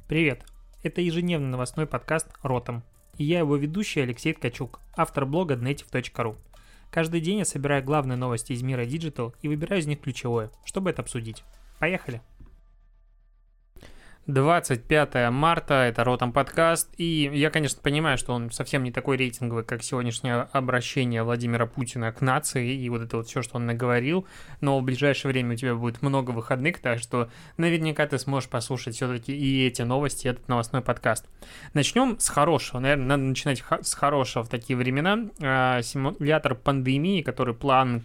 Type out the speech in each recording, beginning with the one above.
Привет! Это ежедневный новостной подкаст «Ротом». И я его ведущий Алексей Ткачук, автор блога Dnetiv.ru. Каждый день я собираю главные новости из мира Digital и выбираю из них ключевое, чтобы это обсудить. Поехали! 25 марта, это Ротом подкаст, и я, конечно, понимаю, что он совсем не такой рейтинговый, как сегодняшнее обращение Владимира Путина к нации и вот это вот все, что он наговорил, но в ближайшее время у тебя будет много выходных, так что наверняка ты сможешь послушать все-таки и эти новости, и этот новостной подкаст. Начнем с хорошего, наверное, надо начинать с хорошего в такие времена. Симулятор пандемии, который Plug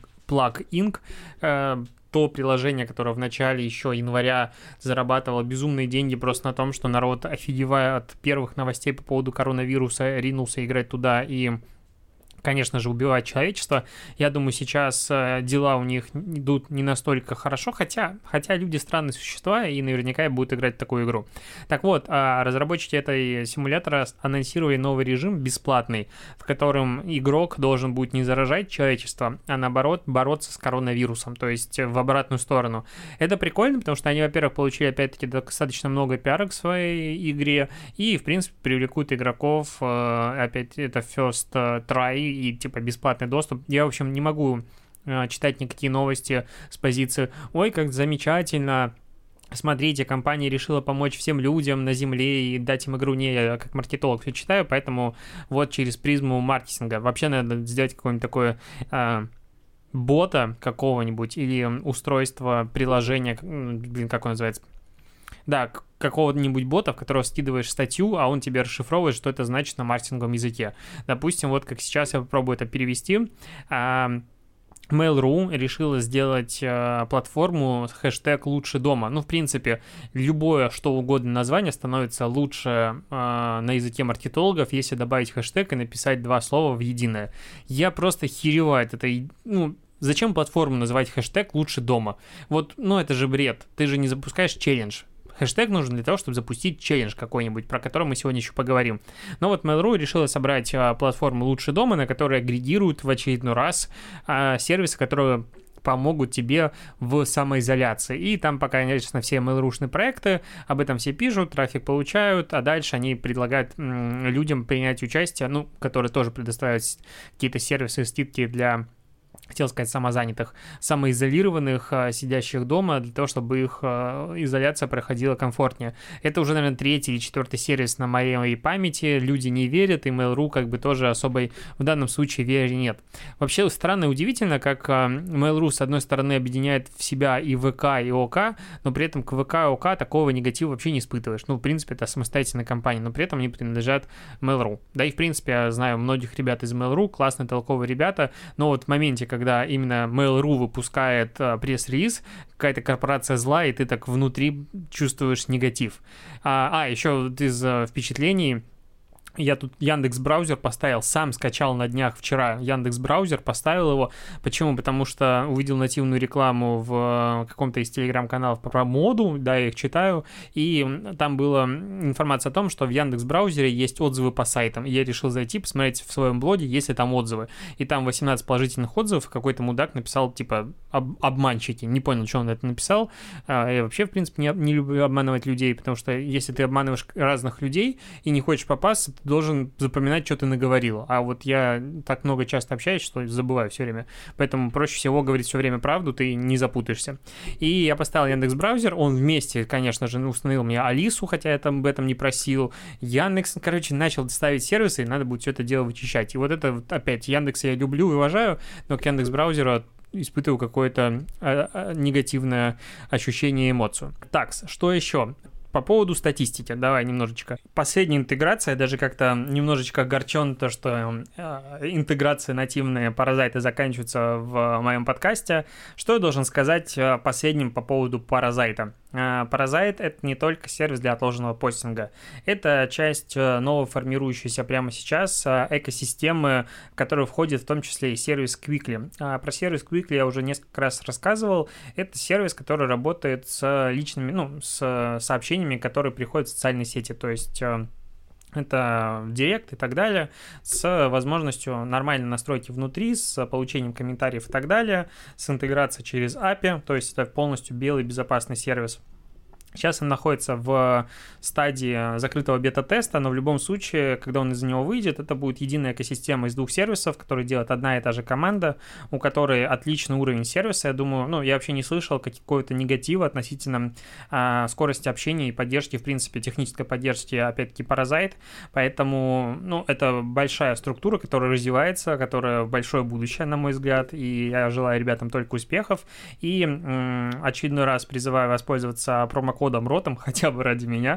Inc., то приложение, которое в начале еще января зарабатывало безумные деньги просто на том, что народ, офигевая от первых новостей по поводу коронавируса, ринулся играть туда и, конечно же, убивать человечество. Я думаю, сейчас дела у них идут не настолько хорошо, хотя люди странные существа и наверняка будут играть в такую игру. Так вот, разработчики этой симулятора анонсировали новый режим бесплатный, в котором игрок должен будет не заражать человечество, а наоборот бороться с коронавирусом, то есть в обратную сторону. Это прикольно, потому что они, во-первых, получили опять-таки достаточно много пиара к своей игре и, в принципе, привлекут игроков, опять это first try, и типа бесплатный доступ. Я, в общем, не могу читать никакие новости с позиции «Ой, как замечательно, смотрите, компания решила помочь всем людям на земле и дать им игру». Не, я как маркетолог все читаю, поэтому вот через призму маркетинга. Вообще надо сделать какое-нибудь такое бота какого-нибудь или устройство, приложение, как он называется? Да, какого-нибудь бота, в которого скидываешь статью, а он тебе расшифровывает, что это значит на маркетинговом языке. Допустим, вот как сейчас я попробую это перевести. Mail.ru решила сделать платформу с хэштег «Лучше дома». Ну, в принципе, любое что угодно название становится лучше на языке маркетологов, если добавить хэштег и написать два слова в единое. Я просто хереваю от этой... Зачем платформу называть хэштег «Лучше дома»? Вот, это же бред. Ты же не запускаешь челлендж. Хэштег нужен для того, чтобы запустить челлендж какой-нибудь, про который мы сегодня еще поговорим. Но вот Mail.ru решила собрать платформу «Лучше дома», на которой агрегируют в очередной раз сервисы, которые помогут тебе в самоизоляции. И там пока, конечно, все Mail.ru-шные проекты, об этом все пишут, трафик получают, а дальше они предлагают людям принять участие, которые тоже предоставляют какие-то сервисы, скидки для... хотел сказать, самозанятых, самоизолированных, сидящих дома, для того, чтобы их изоляция проходила комфортнее. Это уже, наверное, 3-й или 4-й сервис на моей памяти. Люди не верят, и Mail.ru как бы тоже особой в данном случае веры нет. Вообще странно и удивительно, как Mail.ru с одной стороны объединяет в себя и ВК, и ОК, но при этом к ВК и ОК такого негатива вообще не испытываешь. В принципе, это самостоятельная компания, но при этом они принадлежат Mail.ru. Да и, в принципе, я знаю многих ребят из Mail.ru, классные, толковые ребята, но вот в моменте, когда именно Mail.ru выпускает пресс-релиз, какая-то корпорация зла, и ты так внутри чувствуешь негатив. Еще из впечатлений, я тут Яндекс.Браузер поставил, сам скачал на днях вчера Яндекс.Браузер, поставил его. Почему? Потому что увидел нативную рекламу в каком-то из телеграм-каналов про моду, да, я их читаю, и там была информация о том, что в Яндекс.Браузере есть отзывы по сайтам. И я решил зайти, посмотреть в своем блоге, есть ли там отзывы. И там 18 положительных отзывов, какой-то мудак написал, типа, обманщики. Не понял, что он это написал. Я вообще, в принципе, не люблю обманывать людей, потому что если ты обманываешь разных людей и не хочешь попасться, должен запоминать, что ты наговорил. А вот я так много часто общаюсь, что забываю все время. Поэтому проще всего говорить все время правду, ты не запутаешься. И я поставил Яндекс.Браузер, он вместе, конечно же, установил мне Алису, хотя я там об этом не просил. Яндекс, начал ставить сервисы, и надо будет все это дело вычищать. И вот это опять, Яндекс я люблю и уважаю, но к Яндекс.Браузеру испытываю какое-то негативное ощущение и эмоцию. Так, что еще? По поводу статистики, давай немножечко. Последняя интеграция, даже как-то немножечко огорчен, то, что интеграции нативные паразиты заканчиваются в моем подкасте. Что я должен сказать последним по поводу паразита? Parasite — это не только сервис для отложенного постинга. Это часть новоформирующейся прямо сейчас экосистемы, в которую входит в том числе и сервис Quickly. Про сервис Quickly я уже несколько раз рассказывал. Это сервис, который работает с личными, с сообщениями, которые приходят в социальные сети. То есть это в Директ и так далее, с возможностью нормальной настройки внутри, с получением комментариев и так далее, с интеграцией через API, то есть это полностью белый безопасный сервис. Сейчас он находится в стадии закрытого бета-теста, но в любом случае, когда он из него выйдет, это будет единая экосистема из 2 сервисов, которые делает одна и та же команда, у которой отличный уровень сервиса. Я думаю, ну, я вообще не слышал какого-то негатива относительно скорости общения и поддержки, в принципе, технической поддержки, опять-таки, Parasite. Поэтому, ну, это большая структура, которая развивается, которая большое будущее, на мой взгляд, и я желаю ребятам только успехов. И очередной раз призываю воспользоваться промокодом ROTOM, хотя бы ради меня,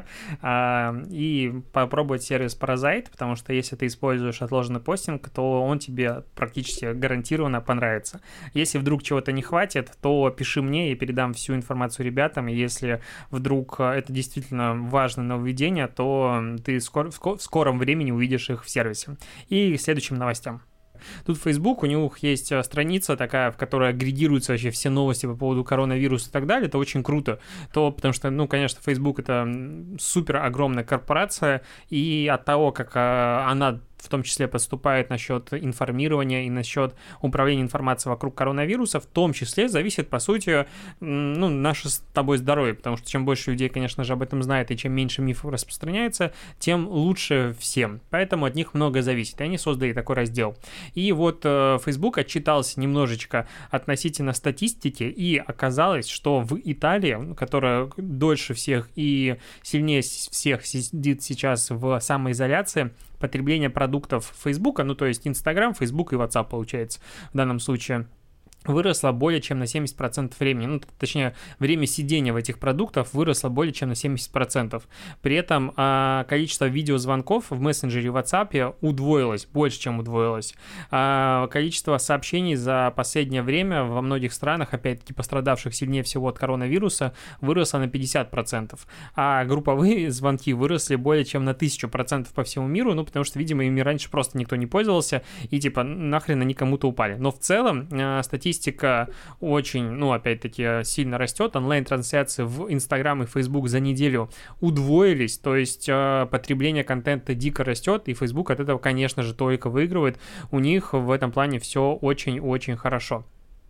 и попробовать сервис Parasite, потому что если ты используешь отложенный постинг, то он тебе практически гарантированно понравится. Если вдруг чего-то не хватит, то пиши мне, я передам всю информацию ребятам, и если вдруг это действительно важное нововведение, то ты в скором времени увидишь их в сервисе. И к следующим новостям. Тут Facebook, у них есть страница такая, в которой агрегируются вообще все новости по поводу коронавируса и так далее. Это очень круто. Потому что, ну, конечно, Facebook — это супер огромная корпорация, и от того, как она в том числе поступает насчет информирования и насчет управления информацией вокруг коронавируса, в том числе зависит, по сути, ну, наше с тобой здоровье, потому что чем больше людей, конечно же, об этом знает, и чем меньше мифов распространяется, тем лучше всем. Поэтому от них многое зависит, и они создали такой раздел. И вот Facebook отчитался немножечко относительно статистики, и оказалось, что в Италии, которая дольше всех и сильнее всех сидит сейчас в самоизоляции, потребление продуктов Фейсбука, ну, то есть Инстаграм, Фейсбук и WhatsApp, получается, в данном случае, выросло более чем на 70% времени. Ну, точнее, время сидения в этих продуктах выросло более чем на 70%. При этом количество видеозвонков в мессенджере WhatsApp удвоилось, больше, чем удвоилось. Количество сообщений за последнее время во многих странах, опять-таки пострадавших сильнее всего от коронавируса, выросло на 50%. А групповые звонки выросли более чем на 1000% по всему миру, ну, потому что, видимо, ими раньше просто никто не пользовался, и типа нахрен они кому-то упали. Но в целом статистика очень, ну, опять-таки, сильно растет. Онлайн-трансляции в Инстаграм и Фейсбук за неделю удвоились, то есть потребление контента дико растет, и Фейсбук от этого, конечно же, только выигрывает. У них в этом плане все очень-очень хорошо.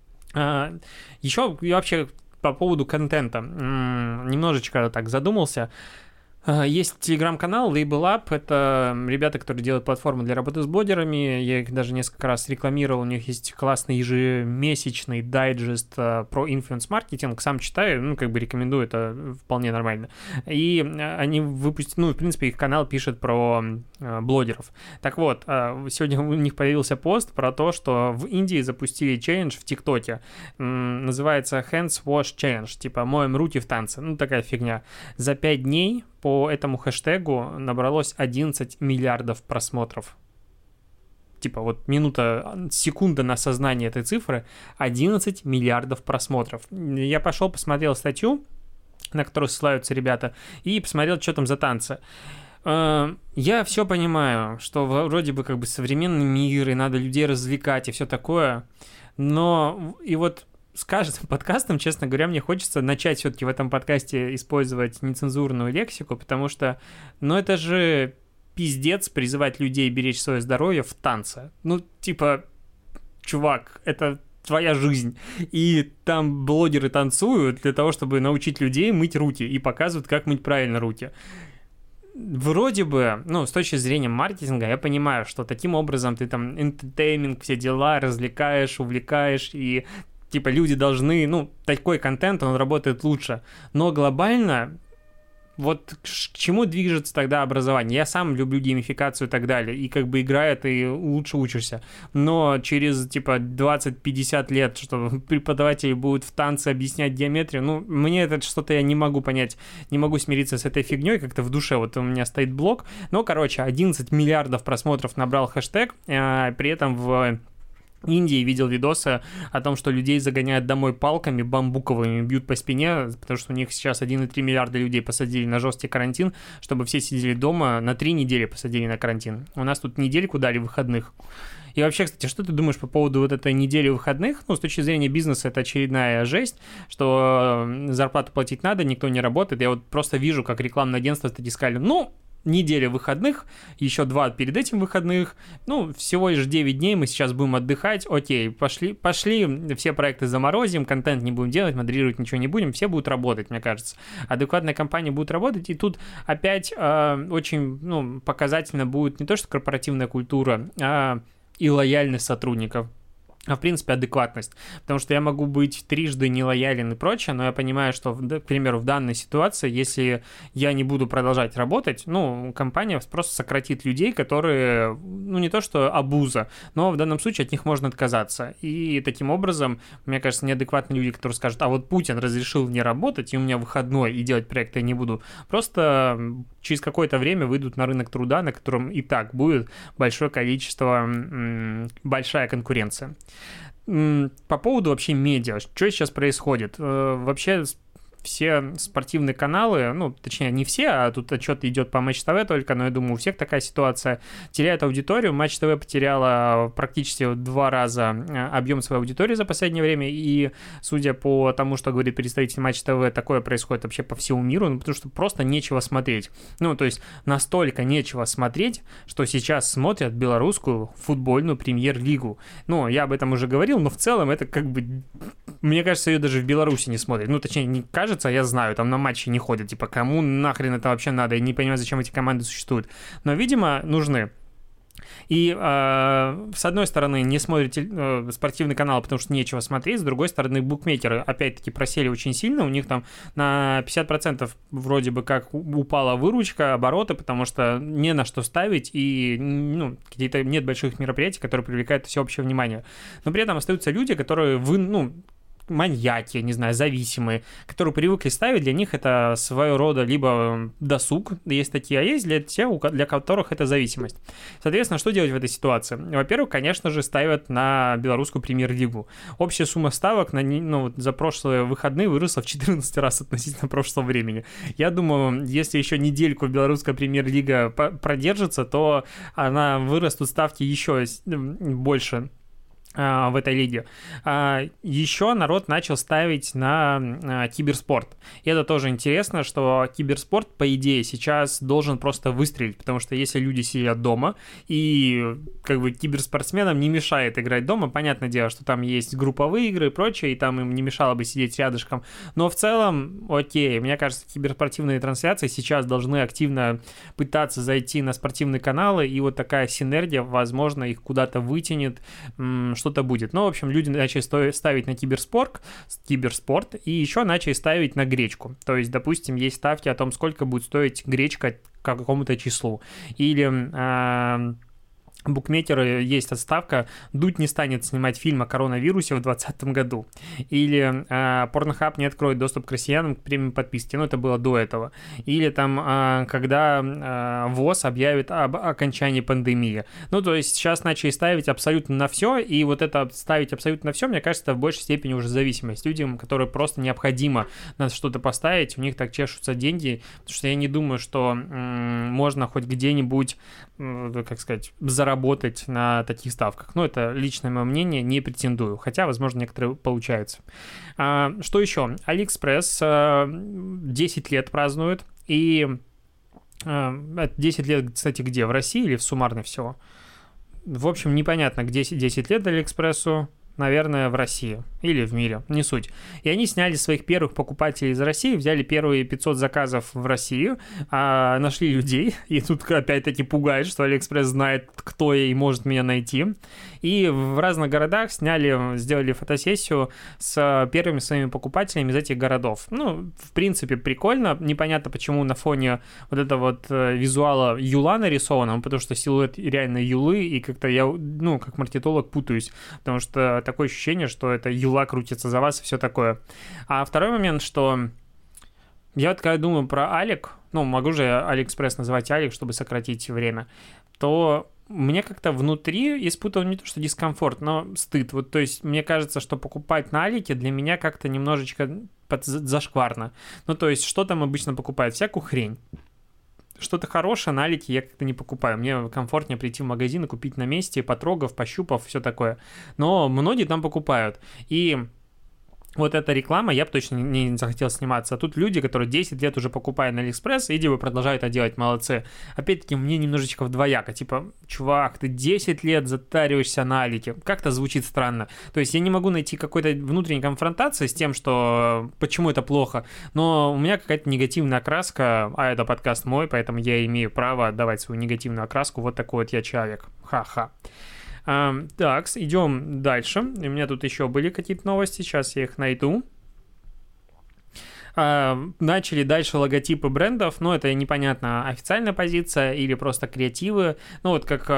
Еще вообще по поводу контента немножечко так задумался. Есть телеграм-канал Label Up, это ребята, которые делают платформу для работы с блогерами, я их даже несколько раз рекламировал, у них есть классный ежемесячный дайджест про инфлюенс-маркетинг, сам читаю, ну, как бы рекомендую, это вполне нормально. И они выпустили, ну, в принципе, их канал пишет про блогеров. Так вот, сегодня у них появился пост про то, что в Индии запустили челлендж в ТикТоке, называется Hands Wash Challenge, типа «Моем руки в танце», ну, такая фигня. За 5 дней по этому хэштегу набралось 11 миллиардов просмотров. Типа вот секунда на осознание этой цифры, 11 миллиардов просмотров. Я пошел, посмотрел статью, на которую ссылаются ребята, и посмотрел, что там за танцы. Я все понимаю, что вроде бы как бы современный мир, и надо людей развлекать, и все такое, но и вот с каждым подкастом, честно говоря, мне хочется начать все-таки в этом подкасте использовать нецензурную лексику, потому что, ну, это же пиздец призывать людей беречь свое здоровье в танце. Ну, типа, чувак, это твоя жизнь. И там блогеры танцуют для того, чтобы научить людей мыть руки и показывают, как мыть правильно руки. Вроде бы, ну, с точки зрения маркетинга, я понимаю, что таким образом ты там entertainment, все дела, развлекаешь, увлекаешь, и типа люди должны, ну, такой контент, он работает лучше. Но глобально, вот к чему движется тогда образование? Я сам люблю геймификацию и так далее, и как бы играя ты лучше учишься. Но через, типа, 20-50 лет, что преподаватели будут в танце объяснять геометрию, ну, мне это что-то я не могу понять, не могу смириться с этой фигней, как-то в душе вот у меня стоит блок. Но, короче, 11 миллиардов просмотров набрал хэштег, при этом в Индии видел видосы о том, что людей загоняют домой палками бамбуковыми, бьют по спине, потому что у них сейчас 1,3 миллиарда людей посадили на жесткий карантин, чтобы все сидели дома, на 3 недели посадили на карантин. У нас тут недельку дали выходных. И вообще, кстати, что ты думаешь по поводу вот этой недели выходных? Ну, с точки зрения бизнеса, это очередная жесть, что зарплату платить надо, никто не работает. Я вот просто вижу, как рекламное агентство таки сказали, ну, неделя выходных, еще 2 перед этим выходных, ну, всего лишь 9 дней мы сейчас будем отдыхать, окей, пошли, все проекты заморозим, контент не будем делать, модерировать ничего не будем, все будут работать, мне кажется. Адекватная компания будет работать, и тут опять очень, ну, показательно будет не то, что корпоративная культура, а и лояльность сотрудников. А в принципе адекватность, потому что я могу быть трижды нелоялен и прочее, но я понимаю, что, к примеру, в данной ситуации, если я не буду продолжать работать, ну, компания просто сократит людей, которые, ну, не то что абуза, но в данном случае от них можно отказаться. И таким образом, мне кажется, неадекватные люди, которые скажут, а вот Путин разрешил не работать, и у меня выходной, и делать проекты я не буду, просто через какое-то время выйдут на рынок труда, на котором и так будет большое количество, большая конкуренция. По поводу вообще медиа, что сейчас происходит? Вообще все спортивные каналы, ну, точнее, не все, а тут отчет идет по Матч ТВ только, но я думаю, у всех такая ситуация, теряет аудиторию. Матч ТВ потеряла практически в 2 раза объем своей аудитории за последнее время, и, судя по тому, что говорит представитель Матч ТВ, такое происходит вообще по всему миру, ну, потому что просто нечего смотреть. Ну, то есть настолько нечего смотреть, что сейчас смотрят белорусскую футбольную премьер-лигу. Ну, я об этом уже говорил, но в целом это как бы, мне кажется, ее даже в Беларуси не смотрят. Ну, точнее, не кажется, я знаю, там на матчи не ходят, типа, кому нахрен это вообще надо, я не понимаю, зачем эти команды существуют, но, видимо, нужны. И с одной стороны не смотрите спортивный канал, потому что нечего смотреть, с другой стороны букмекеры опять-таки просели очень сильно, у них там на 50% вроде бы как упала выручка, обороты, потому что не на что ставить и, ну, какие-то нет больших мероприятий, которые привлекают всеобщее внимание. Но при этом остаются люди, которые маньяки, не знаю, зависимые, которые привыкли ставить, для них это своего рода либо досуг, есть такие, а есть для тех, для которых это зависимость. Соответственно, что делать в этой ситуации? Во-первых, конечно же, ставят на белорусскую премьер-лигу. Общая сумма ставок за прошлые выходные выросла в 14 раз относительно прошлого времени. Я думаю, если еще недельку белорусская премьер-лига продержится, то она вырастут ставки еще больше в этой лиге. Еще народ начал ставить на киберспорт. И это тоже интересно, что киберспорт, по идее, сейчас должен просто выстрелить, потому что если люди сидят дома, и как бы киберспортсменам не мешает играть дома, понятное дело, что там есть групповые игры и прочее, и там им не мешало бы сидеть рядышком, но в целом, окей, мне кажется, киберспортивные трансляции сейчас должны активно пытаться зайти на спортивные каналы, и вот такая синергия, возможно, их куда-то вытянет, что-то будет. Ну, в общем, люди начали ставить на киберспорт, и еще начали ставить на гречку. То есть, допустим, есть ставки о том, сколько будет стоить гречка к какому-то числу. Или букмекеры есть отставка, Дудь не станет снимать фильм о коронавирусе в 2020 году. Или Pornhub не откроет доступ к россиянам к премиум подписке. Ну, это было до этого. Или там, когда ВОЗ объявит об окончании пандемии. Ну, то есть сейчас начали ставить абсолютно на все, и вот это ставить абсолютно на все, мне кажется, в большей степени уже зависимость. Людям, которые просто необходимо на что-то поставить, у них так чешутся деньги, потому что я не думаю, что можно хоть где-нибудь, как сказать, заработать на таких ставках. Ну, это личное мое мнение, не претендую. Хотя, возможно, некоторые получаются. Что еще? AliExpress 10 лет празднует. И 10 лет, кстати, где? В России или в суммарно всего? В общем, непонятно, где 10 лет AliExpress'у. Наверное, в России или в мире, не суть. И они сняли своих первых покупателей из России, взяли первые 500 заказов в Россию, нашли людей, и тут опять-таки пугает, что AliExpress знает, кто я и может меня найти. И в разных городах сделали фотосессию с первыми своими покупателями из этих городов. Ну, в принципе, прикольно. Непонятно, почему на фоне вот этого вот визуала юла нарисовано, потому что силуэт реально юлы, и как-то я, как маркетолог путаюсь, потому что такое ощущение, что это юла крутится за вас и все такое. А второй момент, что я вот когда думаю про Алик, могу же AliExpress называть Алик, чтобы сократить время, то мне как-то внутри испытывал не то что дискомфорт, но стыд. Вот, то есть мне кажется, что покупать на Алике для меня как-то немножечко зашкварно. Ну, то есть что там обычно покупают? Всякую хрень. Что-то хорошее на Алике я как-то не покупаю. Мне комфортнее прийти в магазин и купить на месте, потрогав, пощупав, все такое. Но многие там покупают. И вот эта реклама, я бы точно не захотел сниматься. А тут люди, которые 10 лет уже покупают на Алиэкспресс, и типа продолжают это делать, молодцы. Опять-таки, мне немножечко вдвояко. Типа, чувак, ты 10 лет затариваешься на Алике. Как-то звучит странно. То есть я не могу найти какой-то внутренней конфронтации с тем, что почему это плохо. Но у меня какая-то негативная окраска, а это подкаст мой, поэтому я имею право отдавать свою негативную окраску. Вот такой вот я человек. Ха-ха. Так, идем дальше. У меня тут еще были какие-то новости, сейчас я их найду. Начали дальше логотипы брендов, но это непонятно, официальная позиция или просто креативы. Ну вот как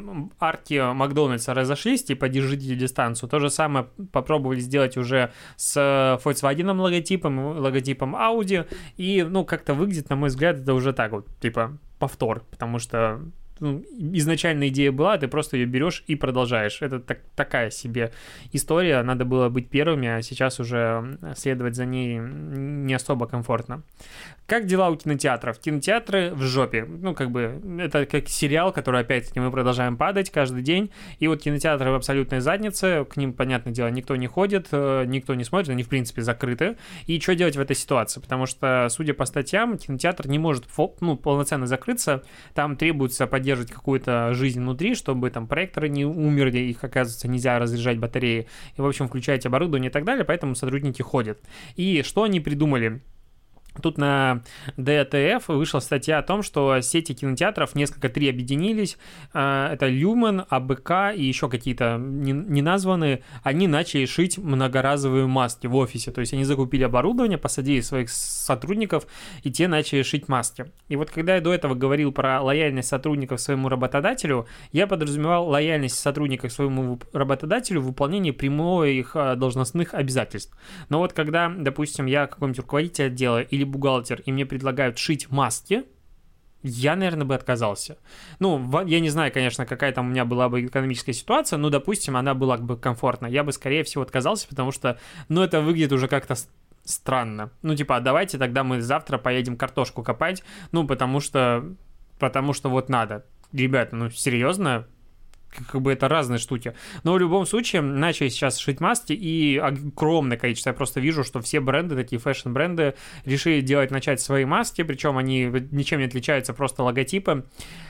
арки Макдональдса разошлись, типа держите дистанцию. То же самое попробовали сделать уже с Volkswagen логотипом Audi. И ну как-то выглядит, на мой взгляд, это уже так вот, типа повтор, потому что изначально идея была, ты просто ее берешь и продолжаешь. Это такая себе история, надо было быть первыми, а сейчас уже следовать за ней не особо комфортно. Как дела у кинотеатров? Кинотеатры в жопе. Ну, как бы, это как сериал, который, опять-таки, мы продолжаем падать каждый день. И вот кинотеатры в абсолютной заднице, к ним, понятное дело, никто не ходит, никто не смотрит, они, в принципе, закрыты. И что делать в этой ситуации? Потому что, судя по статьям, кинотеатр не может полноценно закрыться. Там требуется поддерживать какую-то жизнь внутри, чтобы там проекторы не умерли, их, оказывается, нельзя разряжать батареи. И, в общем, включать оборудование и так далее, поэтому сотрудники ходят. И что они придумали? Тут на ДТФ вышла статья о том, что сети кинотеатров три объединились. Это Люмен, АБК и еще какие-то неназванные. Они начали шить многоразовые маски в офисе. То есть они закупили оборудование, посадили своих сотрудников, и те начали шить маски. И вот когда я до этого говорил про лояльность сотрудников своему работодателю, я подразумевал лояльность сотрудников своему работодателю в выполнении прямого их должностных обязательств. Но вот когда, допустим, я какой-нибудь руководитель отдела или бухгалтер, и мне предлагают шить маски, я, наверное, бы отказался. Ну, я не знаю, конечно, какая там у меня была бы экономическая ситуация, но, допустим, она была бы комфортна. Я бы, скорее всего, отказался, потому что, ну, это выглядит уже как-то странно. Ну, типа, давайте тогда мы завтра поедем картошку копать, ну, потому что вот надо. Ребята, ну, серьезно? Как бы это разные штуки. Но в любом случае начали сейчас шить маски, и огромное количество. Я просто вижу, что все бренды, такие фэшн-бренды, решили начать свои маски, причем они ничем не отличаются, просто логотипы.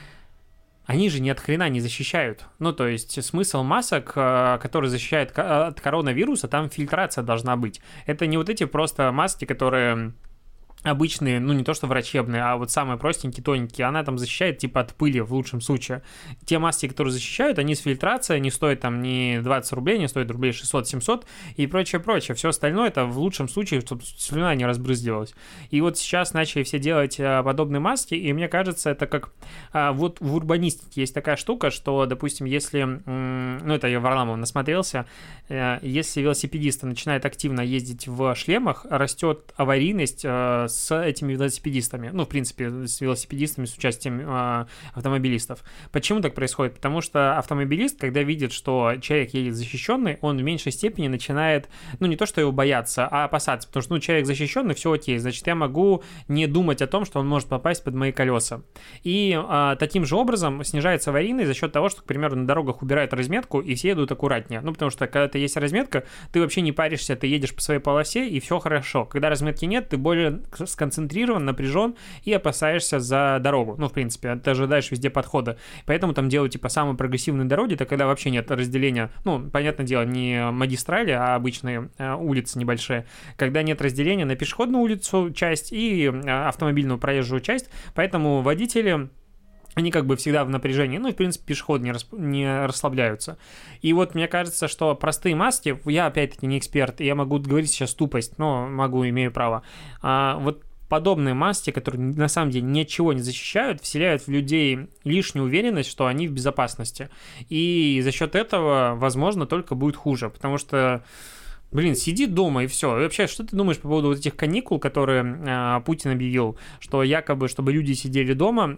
Они же ни от хрена не защищают. Ну, то есть смысл масок, которые защищают от коронавируса, там фильтрация должна быть. Это не вот эти просто маски, которые... обычные, ну не то что врачебные, а вот самые простенькие, тоненькие, она там защищает типа от пыли в лучшем случае. Те маски, которые защищают, они с фильтрацией, не стоят там не 20 рублей, не стоят рублей 600-700 и прочее. Все остальное это в лучшем случае, чтобы слюна не разбрызгивалась. И вот сейчас начали все делать подобные маски, и мне кажется, это как вот в урбанистике есть такая штука, что, допустим, если, ну это я Варламова насмотрелся, если велосипедисты начинают активно ездить в шлемах, растет аварийность с этими велосипедистами, ну, в принципе, с велосипедистами с участием автомобилистов. Почему так происходит? Потому что автомобилист, когда видит, что человек едет защищенный, он в меньшей степени начинает, ну, не то что его бояться, а опасаться, потому что, ну, человек защищенный, все окей, значит, я могу не думать о том, что он может попасть под мои колеса. И таким же образом снижается аварийность за счет того, что, к примеру, на дорогах убирают разметку, и все едут аккуратнее. Ну, потому что, когда ты есть разметка, ты вообще не паришься, ты едешь по своей полосе, и все хорошо. Когда разметки нет, ты более сконцентрирован, напряжен и опасаешься за дорогу. Ну, в принципе, ты ожидаешь везде подхода. Поэтому там делают, типа, самые прогрессивные дороги, это когда вообще нет разделения, ну, понятное дело, не магистрали, а обычные улицы небольшие. Когда нет разделения на пешеходную улицу часть и автомобильную проезжую часть, поэтому водители... они как бы всегда в напряжении, ну и, в принципе, пешеходы не расслабляются. И вот мне кажется, что простые маски, я, опять-таки, не эксперт, и я могу говорить сейчас тупость, но имею право. Вот подобные маски, которые на самом деле ничего не защищают, вселяют в людей лишнюю уверенность, что они в безопасности. И за счет этого, возможно, только будет хуже, потому что... Блин, сиди дома и все. И вообще, что ты думаешь по поводу вот этих каникул, которые Путин объявил, что якобы, чтобы люди сидели дома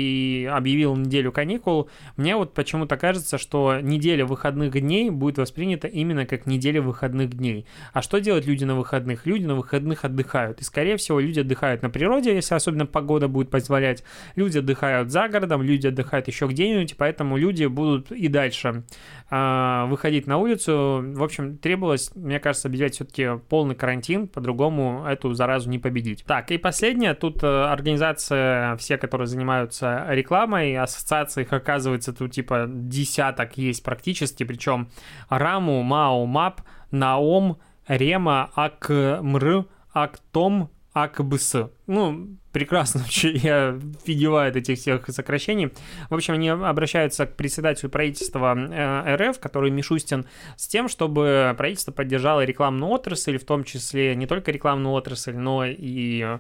и объявил неделю каникул? Мне вот почему-то кажется, что неделя выходных дней будет воспринята именно как неделя выходных дней. А что делают люди на выходных? Люди на выходных отдыхают. И, скорее всего, люди отдыхают на природе, если особенно погода будет позволять. Люди отдыхают за городом, люди отдыхают еще где-нибудь, поэтому люди будут и дальше выходить на улицу. В общем, требовалось, мне кажется, объявлять все-таки полный карантин, по-другому эту заразу не победить. Так, и последнее, тут организация, все, которые занимаются рекламой, ассоциаций, их оказывается тут типа десяток есть практически, причем РАМУ, МАУ, МАП, НАОМ, РЕМА, АКМР, АКТОМ, АКБС. Ну, прекрасно вообще я видеваю этих всех сокращений. В общем, они обращаются к председателю правительства РФ, который Мишустин, с тем, чтобы правительство поддержало рекламную отрасль, в том числе не только рекламную отрасль, но и,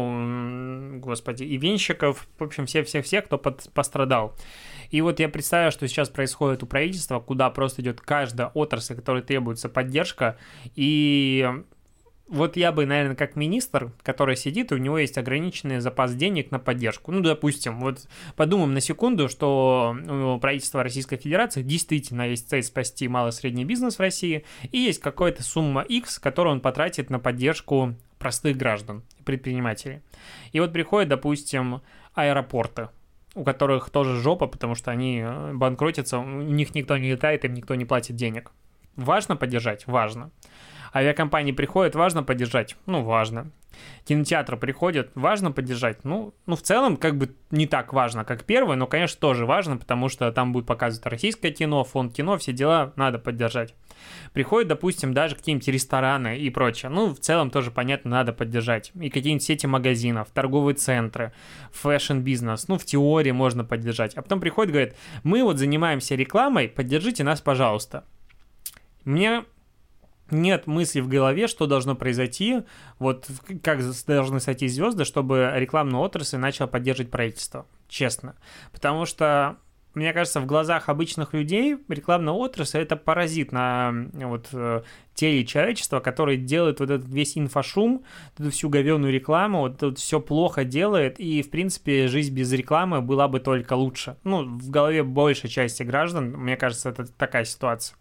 и венщиков, в общем, всех, кто пострадал. И вот я представляю, что сейчас происходит у правительства, куда просто идет каждая отрасль, которой требуется поддержка, и вот я бы, наверное, как министр, который сидит, и у него есть ограниченный запас денег на поддержку. Ну, допустим, вот подумаем на секунду, что у правительства Российской Федерации действительно есть цель спасти малый и средний бизнес в России, и есть какая-то сумма X, которую он потратит на поддержку простых граждан, предпринимателей. И вот приходят, допустим, аэропорты, у которых тоже жопа, потому что они банкротятся, у них никто не летает, им никто не платит денег. Важно поддержать? Важно. Авиакомпании приходят, важно поддержать? Ну, важно. Кинотеатры приходят, важно поддержать? Ну, в целом, как бы не так важно, как первое, но, конечно, тоже важно, потому что там будет показывать российское кино, фонд кино, все дела надо поддержать. Приходят, допустим, даже какие-нибудь рестораны и прочее. Ну, в целом тоже, понятно, надо поддержать. И какие-нибудь сети магазинов, торговые центры, фэшн-бизнес. Ну, в теории можно поддержать. А потом приходят и говорят, мы вот занимаемся рекламой, поддержите нас, пожалуйста. Мне нет мысли в голове, что должно произойти, вот как должны сойти звезды, чтобы рекламную отрасль начало поддерживать правительство, честно. Потому что, мне кажется, в глазах обычных людей рекламная отрасль – это паразит на вот теле человечества, который делает вот этот весь инфошум, эту всю говёную рекламу, вот тут все плохо делает, и, в принципе, жизнь без рекламы была бы только лучше. Ну, в голове большей части граждан, мне кажется, это такая ситуация.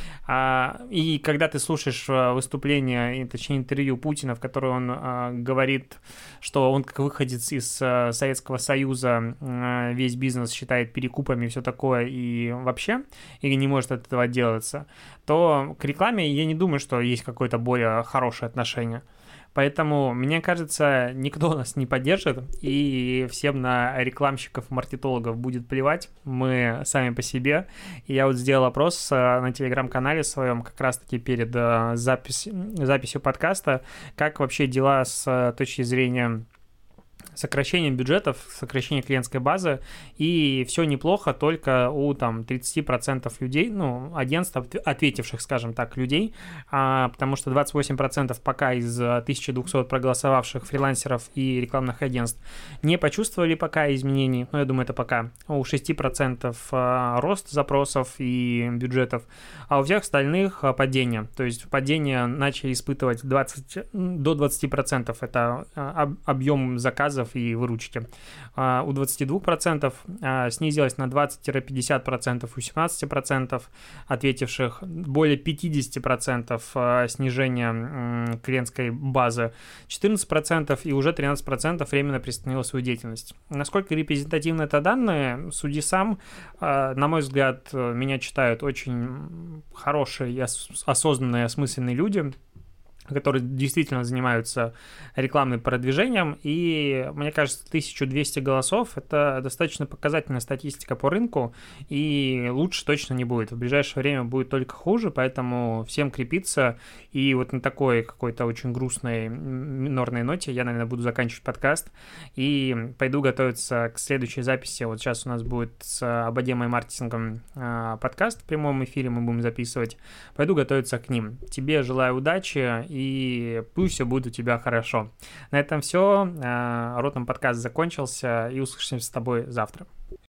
И когда ты слушаешь выступление, точнее интервью Путина, в котором он говорит, что он как выходец из Советского Союза весь бизнес считает перекупами и все такое, и вообще, или не может от этого отделаться, то к рекламе я не думаю, что есть какое-то более хорошее отношение. Поэтому, мне кажется, никто нас не поддержит, и всем на рекламщиков, маркетологов будет плевать, мы сами по себе. И я вот сделал опрос на телеграм-канале своем как раз-таки перед записью подкаста, как вообще дела с точки зрения сокращение бюджетов, сокращение клиентской базы, и все неплохо только у там 30% людей, ну, агентств, ответивших, скажем так, людей, потому что 28% пока из 1200 проголосовавших фрилансеров и рекламных агентств не почувствовали пока изменений, но я думаю, это пока. У 6% рост запросов и бюджетов, а у всех остальных падение, то есть падение начали испытывать до 20%, это объем заказов и выручки. У 22% снизилось на 20-50%, у 17% ответивших, более 50% снижение клиентской базы, 14% и уже 13% временно приостановило свою деятельность. Насколько репрезентативны это данные, суди сам. На мой взгляд, меня читают очень хорошие, осознанные, осмысленные люди, которые действительно занимаются рекламным продвижением, и мне кажется, 1200 голосов – это достаточно показательная статистика по рынку, и лучше точно не будет. В ближайшее время будет только хуже, поэтому всем крепиться, и вот на такой какой-то очень грустной минорной ноте я, наверное, буду заканчивать подкаст, и пойду готовиться к следующей записи. Вот сейчас у нас будет с Абадемой Мартинсом подкаст в прямом эфире, мы будем записывать. Пойду готовиться к ним. Тебе желаю удачи, и пусть все будет у тебя хорошо. На этом все. Ротом подкаст закончился, и услышимся с тобой завтра.